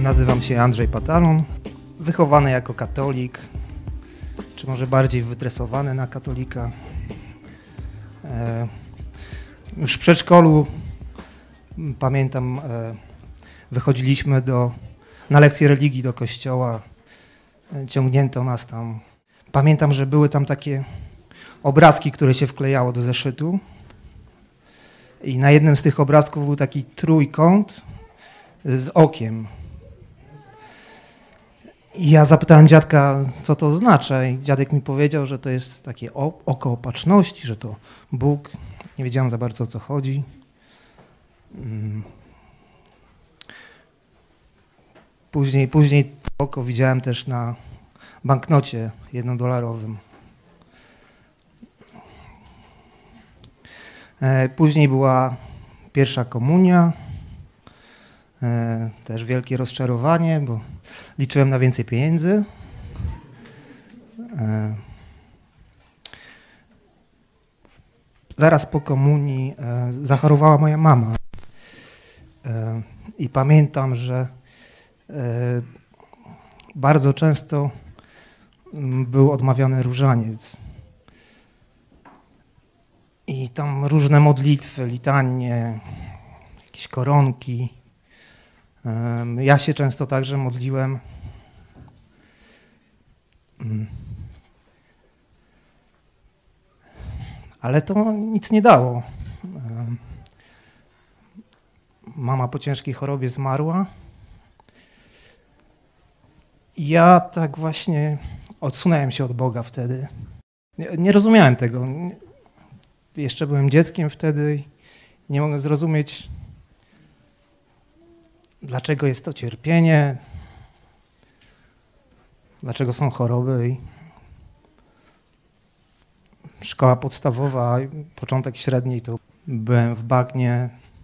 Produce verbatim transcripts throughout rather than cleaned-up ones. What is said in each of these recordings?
Nazywam się Andrzej Patalon, wychowany jako katolik, czy może bardziej wytresowany na katolika. E, już w przedszkolu, pamiętam, e, wychodziliśmy do, na lekcje religii do kościoła, e, ciągnięto nas tam. Pamiętam, że były tam takie obrazki, które się wklejało do zeszytu i na jednym z tych obrazków był taki trójkąt z okiem. I ja zapytałem dziadka, co to oznacza, i dziadek mi powiedział, że to jest takie oko opatrzności, że to Bóg. Nie wiedziałem za bardzo, o co chodzi. Później, później to oko widziałem też na banknocie jednodolarowym. Później była pierwsza komunia. Też wielkie rozczarowanie, bo liczyłem na więcej pieniędzy. Zaraz po komunii zachorowała moja mama. I pamiętam, że bardzo często był odmawiany różaniec. I tam różne modlitwy, litanie, jakieś koronki. Ja się często także modliłem. Ale to nic nie dało. Mama po ciężkiej chorobie zmarła. Ja tak właśnie odsunąłem się od Boga wtedy. Nie, nie rozumiałem tego. Jeszcze byłem dzieckiem wtedy i nie mogłem zrozumieć, dlaczego jest to cierpienie, dlaczego są choroby. Szkoła podstawowa, początek średniej to byłem w bagnie.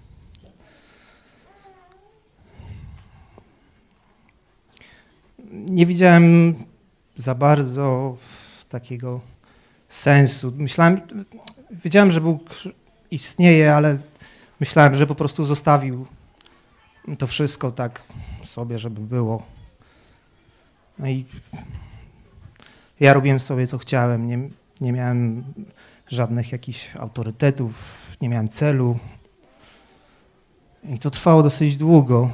Nie widziałem za bardzo takiego sensu. Myślałem, wiedziałem, że Bóg istnieje, ale myślałem, że po prostu zostawił to wszystko tak sobie, żeby było. No i ja robiłem sobie, co chciałem. Nie, nie miałem żadnych jakichś autorytetów, nie miałem celu. I to trwało dosyć długo.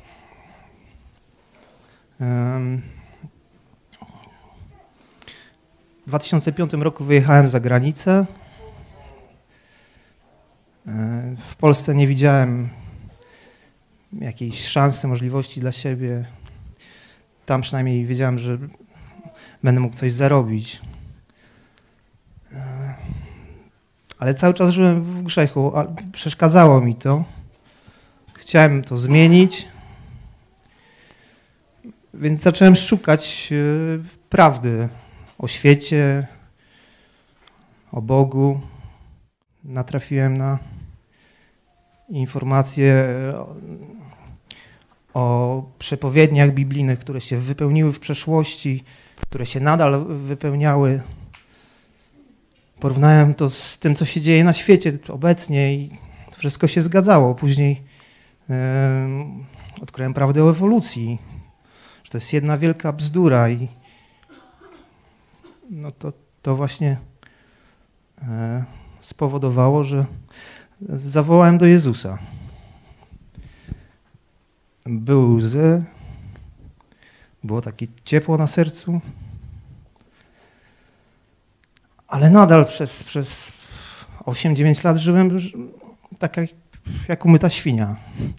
W dwa tysiące piątym roku wyjechałem za granicę. W Polsce nie widziałem jakiejś szansy, możliwości dla siebie. Tam przynajmniej wiedziałem, że będę mógł coś zarobić. Ale cały czas żyłem w grzechu, a przeszkadzało mi to. Chciałem to zmienić, więc zacząłem szukać prawdy o świecie, o Bogu. Natrafiłem na informacje o, o przepowiedniach biblijnych, które się wypełniły w przeszłości, które się nadal wypełniały. Porównałem to z tym, co się dzieje na świecie obecnie i to wszystko się zgadzało. Później yy, odkryłem prawdę o ewolucji, że to jest jedna wielka bzdura i no to, to właśnie yy, spowodowało, że zawołałem do Jezusa. Były łzy, było takie ciepło na sercu, ale nadal przez, przez osiem dziewięć lat żyłem tak jak, jak umyta świnia.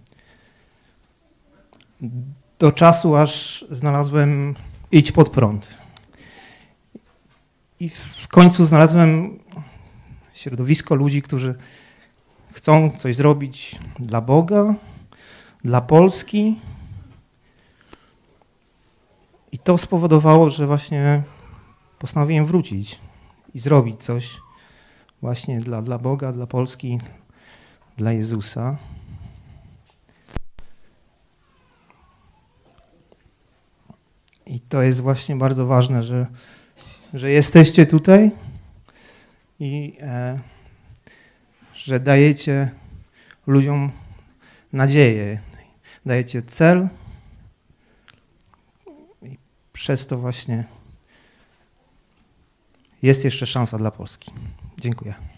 Do czasu, aż znalazłem Idź pod prąd. I w końcu znalazłem środowisko ludzi, którzy chcą coś zrobić dla Boga, dla Polski. I to spowodowało, że właśnie postanowiłem wrócić i zrobić coś właśnie dla, dla Boga, dla Polski, dla Jezusa. I to jest właśnie bardzo ważne, że, że jesteście tutaj i e, że dajecie ludziom nadzieję, dajecie cel przez to właśnie jest jeszcze szansa dla Polski. Dziękuję.